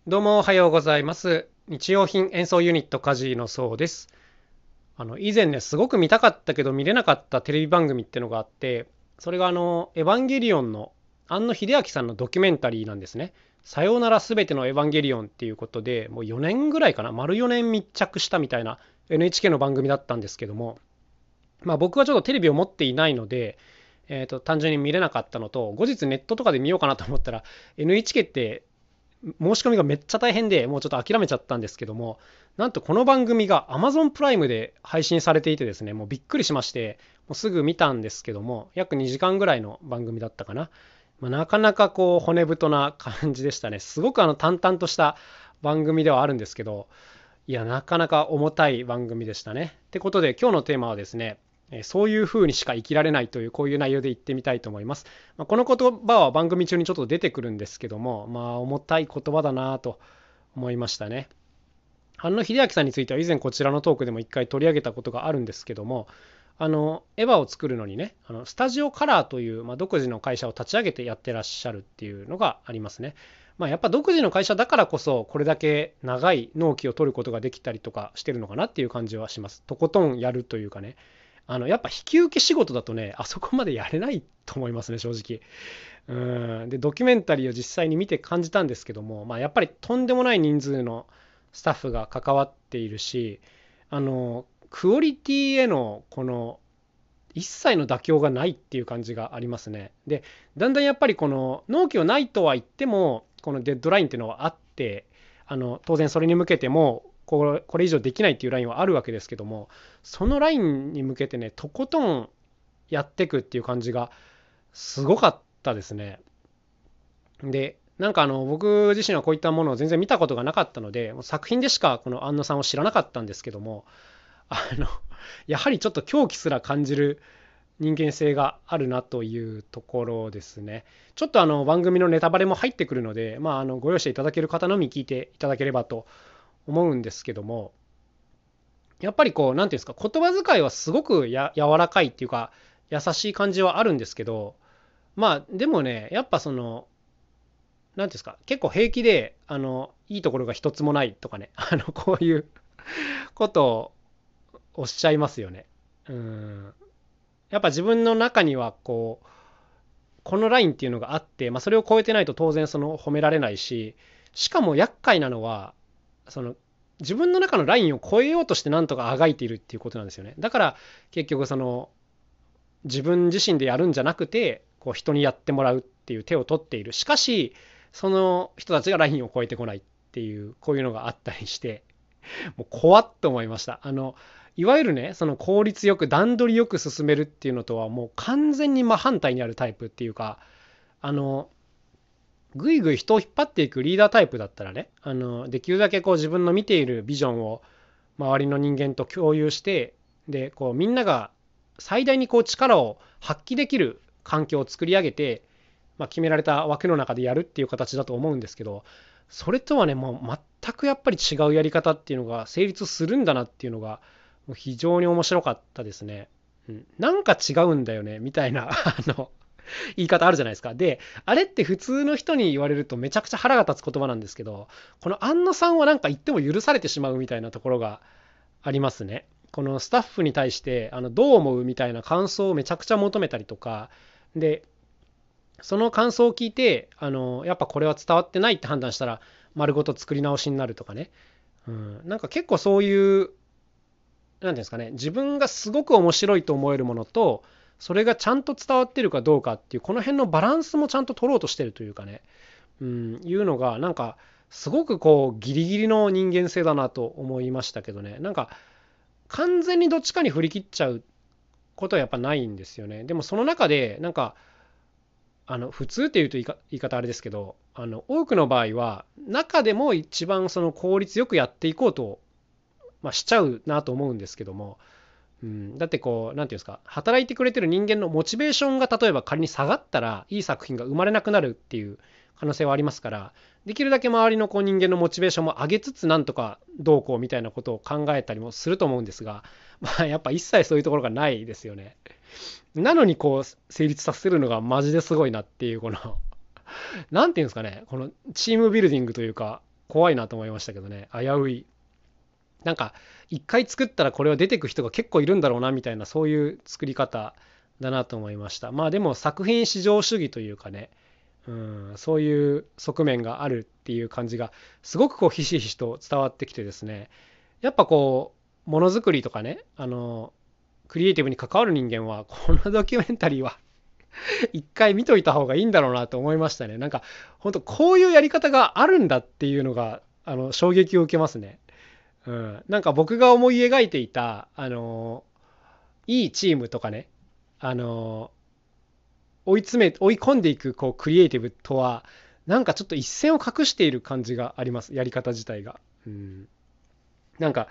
どうもおはようございます。日用品演奏ユニットカジのそうです。以前ね、すごく見たかったけど見れなかったテレビ番組ってのがあって、それがエヴァンゲリオンの庵野秀明さんのドキュメンタリーなんですね。さようならすべてのエヴァンゲリオンっていうことで、もう4年ぐらいかな、丸4年密着したみたいな NHK の番組だったんですけども、まあ僕はちょっとテレビを持っていないので、単純に見れなかったのと、後日ネットとかで見ようかなと思ったら、NHK って申し込みがめっちゃ大変で、もうちょっと諦めちゃったんですけども、なんとこの番組が Amazon プライムで配信されていてですね、もうびっくりしまして、もうすぐ見たんですけども、約2時間ぐらいの番組だったかな。なかなかこう骨太な感じでしたね。すごく淡々とした番組ではあるんですけど、いや、なかなか重たい番組でしたね。ってことで今日のテーマはですね、そういう風にしか生きられないというこういう内容で言ってみたいと思います。この言葉は番組中にちょっと出てくるんですけども、重たい言葉だなと思いましたね。庵野秀明さんについては以前こちらのトークでも一回取り上げたことがあるんですけども、エヴァを作るのにね、スタジオカラーという、独自の会社を立ち上げてやってらっしゃるっていうのがありますね。やっぱ独自の会社だからこそこれだけ長い納期を取ることができたりとかしてるのかなっていう感じはします。とことんやるというかね。やっぱ引き受け仕事だとね、あそこまでやれないと思いますね、正直。で、ドキュメンタリーを実際に見て感じたんですけども、やっぱりとんでもない人数のスタッフが関わっているし、クオリティへのこの一切の妥協がないっていう感じがありますね。で、だんだんやっぱりこの納期はないとは言っても、このデッドラインっていうのはあって、当然それに向けても、これ以上できないっていうラインはあるわけですけども、そのラインに向けてね、とことんやっていくっていう感じがすごかったですね。で、なんか僕自身はこういったものを全然見たことがなかったので、もう作品でしかこの安野さんを知らなかったんですけども、あの、やはりちょっと狂気すら感じる人間性があるなというところですね。ちょっと番組のネタバレも入ってくるので、ご容赦いただける方のみ聞いていただければと思うんですけども、やっぱりこう、なんていうんですか、言葉遣いはすごく柔らかいっていうか、優しい感じはあるんですけど、でもね、やっぱなんていうんですか、結構平気で、いいところが一つもないとかね、こういうことをおっしゃいますよね。うん。やっぱ自分の中にはこう、このラインっていうのがあって、それを超えてないと当然その褒められないし、しかも厄介なのは、その自分の中のラインを超えようとしてなんとかあがいているっていうことなんですよね。だから結局自分自身でやるんじゃなくて、こう人にやってもらうっていう手を取っている。しかし、その人たちがラインを超えてこないっていう、こういうのがあったりして、もう怖っと思いました。いわゆるね、その効率よく段取りよく進めるっていうのとはもう完全に真反対にあるタイプっていうか、あの、ぐいぐい人を引っ張っていくリーダータイプだったらね、できるだけこう自分の見ているビジョンを周りの人間と共有して、で、こうみんなが最大にこう力を発揮できる環境を作り上げて、決められた枠の中でやるっていう形だと思うんですけど、それとはね、もう全くやっぱり違うやり方っていうのが成立するんだなっていうのが、もう非常に面白かったですね。うん、なんか違うんだよね、みたいな言い方あるじゃないですか。で、あれって普通の人に言われるとめちゃくちゃ腹が立つ言葉なんですけど、この安野さんはなんか言っても許されてしまうみたいなところがありますね。このスタッフに対してどう思うみたいな感想をめちゃくちゃ求めたりとか、で、その感想を聞いて、やっぱこれは伝わってないって判断したら、丸ごと作り直しになるとかね。うん、なんか結構そういう、なんていうんですかね、自分がすごく面白いと思えるものと、それがちゃんと伝わってるかどうかっていう、この辺のバランスもちゃんと取ろうとしてるというかね、うん、いうのが、なんか、すごくこう、ギリギリの人間性だなと思いましたけどね。なんか、完全にどっちかに振り切っちゃうことはやっぱないんですよね。でもその中で、なんか、普通っていうと言い方あれですけど、多くの場合は、中でも一番その効率よくやっていこうと、しちゃうなと思うんですけども、うん、だってこう、なんていうんですか、働いてくれてる人間のモチベーションが例えば仮に下がったら、いい作品が生まれなくなるっていう可能性はありますから、できるだけ周りのこう人間のモチベーションも上げつつ、なんとかどうこうみたいなことを考えたりもすると思うんですが、やっぱ一切そういうところがないですよね。なのにこう、成立させるのがマジですごいなっていう、このなんていうんですかね、このチームビルディングというか、 怖いなと思いましたけどね。危うい。なんか一回作ったらこれは出てく人が結構いるんだろうなみたいな、そういう作り方だなと思いました。まあでも作品至上主義というかね、そういう側面があるっていう感じがすごくこうひしひしと伝わってきてですね、やっぱこうものづくりとかね、クリエイティブに関わる人間はこのドキュメンタリーは一回見といた方がいいんだろうなと思いましたね。なんか本当こういうやり方があるんだっていうのが衝撃を受けますね。なんか僕が思い描いていたいいチームとかね、あの追い込んでいくこうクリエイティブとはなんかちょっと一線を画している感じがあります、やり方自体が。なんか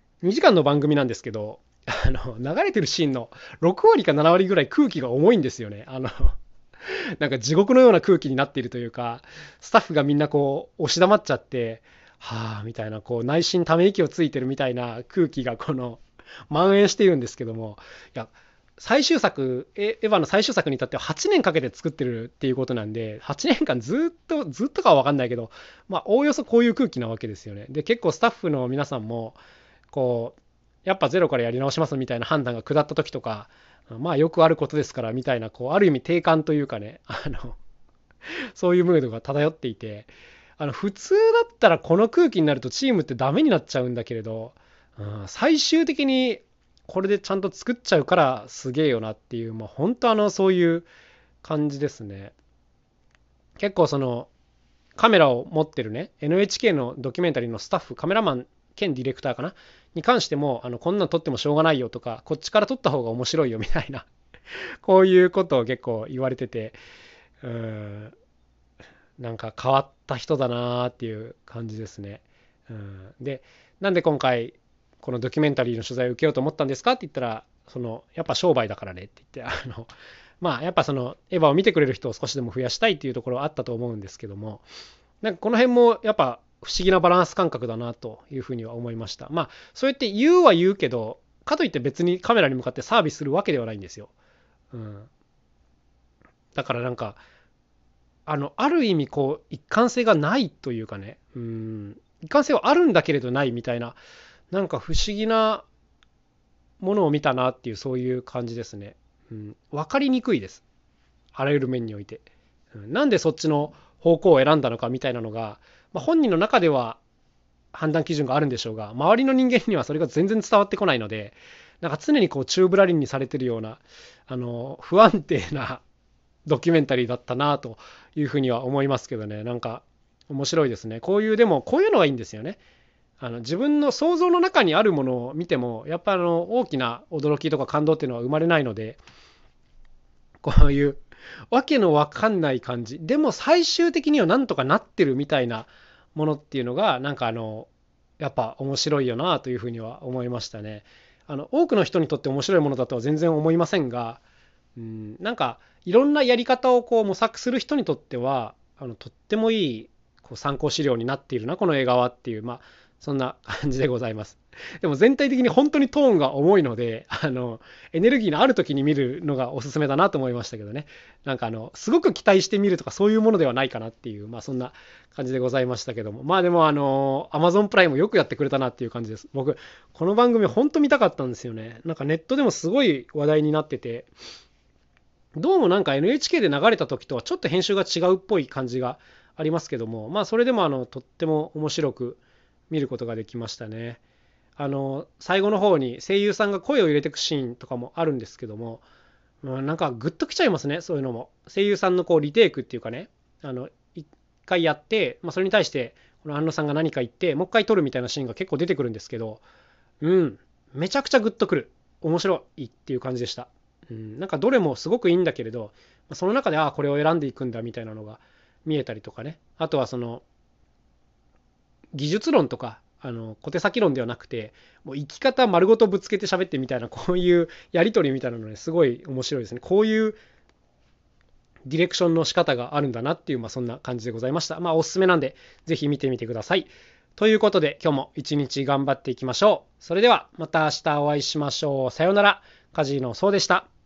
2時間の番組なんですけど、流れてるシーンの6割か7割ぐらい空気が重いんですよね。なんか地獄のような空気になっているというか、スタッフがみんなこう押し黙っちゃって、はあみたいな、こう内心ため息をついてるみたいな空気が蔓延しているんですけども、いや、最終作、エヴァの最終作に至っては8年かけて作ってるっていうことなんで、8年間ずっとかは分かんないけど、まあ、おおよそこういう空気なわけですよね。で、結構スタッフの皆さんも、こう、やっぱゼロからやり直しますみたいな判断が下った時とか、まあよくあることですからみたいな、こう、ある意味定感というかね、そういうムードが漂っていて、普通だったらこの空気になるとチームってダメになっちゃうんだけれど、最終的にこれでちゃんと作っちゃうからすげえよなっていう、まあ本当そういう感じですね。結構カメラを持ってるね、NHK のドキュメンタリーのスタッフ、カメラマン兼ディレクターかなに関しても、こんなん撮ってもしょうがないよとか、こっちから撮った方が面白いよみたいな、こういうことを結構言われてて、うーん、なんか変わった人だなーっていう感じですね。で、なんで今回、このドキュメンタリーの取材を受けようと思ったんですかって言ったら、やっぱ商売だからねって言って、まあ、やっぱエヴァを見てくれる人を少しでも増やしたいっていうところはあったと思うんですけども、なんかこの辺もやっぱ不思議なバランス感覚だなというふうには思いました。まあ、そうやって言うは言うけど、かといって別にカメラに向かってサービスするわけではないんですよ。うん。だからなんか、ある意味こう、一貫性がないというかね、一貫性はあるんだけれどないみたいな、なんか不思議なものを見たなっていう、そういう感じですね。分かりにくいです。あらゆる面において。なんでそっちの方向を選んだのかみたいなのが、まあ、本人の中では判断基準があるんでしょうが、周りの人間にはそれが全然伝わってこないので、なんか常にこう宙ぶらりんにされてるような、不安定なドキュメンタリーだったなというふうには思いますけどね。なんか面白いですね。でもこういうのがいいんですよね。自分の想像の中にあるものを見ても、やっぱ大きな驚きとか感動っていうのは生まれないので、こういうわけのわかんない感じ。でも最終的にはなんとかなってるみたいなものっていうのが、なんかやっぱ面白いよなというふうには思いましたね。多くの人にとって面白いものだとは全然思いませんが、なんかいろんなやり方をこう模索する人にとってはとってもいいこう参考資料になっているなこの映画はっていう、まあそんな感じでございます。でも全体的に本当にトーンが重いのでエネルギーのある時に見るのがおすすめだなと思いましたけどね。なんかすごく期待してみるとかそういうものではないかなっていう、まあそんな感じでございましたけども、まあでもAmazon プライムよくやってくれたなっていう感じです。僕この番組本当見たかったんですよね。なんかネットでもすごい話題になってて、どうもなんか NHK で流れた時とはちょっと編集が違うっぽい感じがありますけども、まあそれでもとっても面白く見ることができましたね。最後の方に声優さんが声を入れていくシーンとかもあるんですけども、なんかグッときちゃいますね、そういうのも。声優さんのこうリテイクっていうかね、一回やって、それに対してこの安野さんが何か言って、もう一回撮るみたいなシーンが結構出てくるんですけど、めちゃくちゃグッとくる。面白いっていう感じでした。なんかどれもすごくいいんだけれど、その中でこれを選んでいくんだみたいなのが見えたりとかね。あとは技術論とか小手先論ではなくて、もう生き方丸ごとぶつけて喋ってみたいな、こういうやり取りみたいなのね、すごい面白いですね。こういうディレクションの仕方があるんだなっていう、そんな感じでございました。おすすめなんでぜひ見てみてください。ということで今日も一日頑張っていきましょう。それではまた明日お会いしましょう。さようなら。カジノそうでした。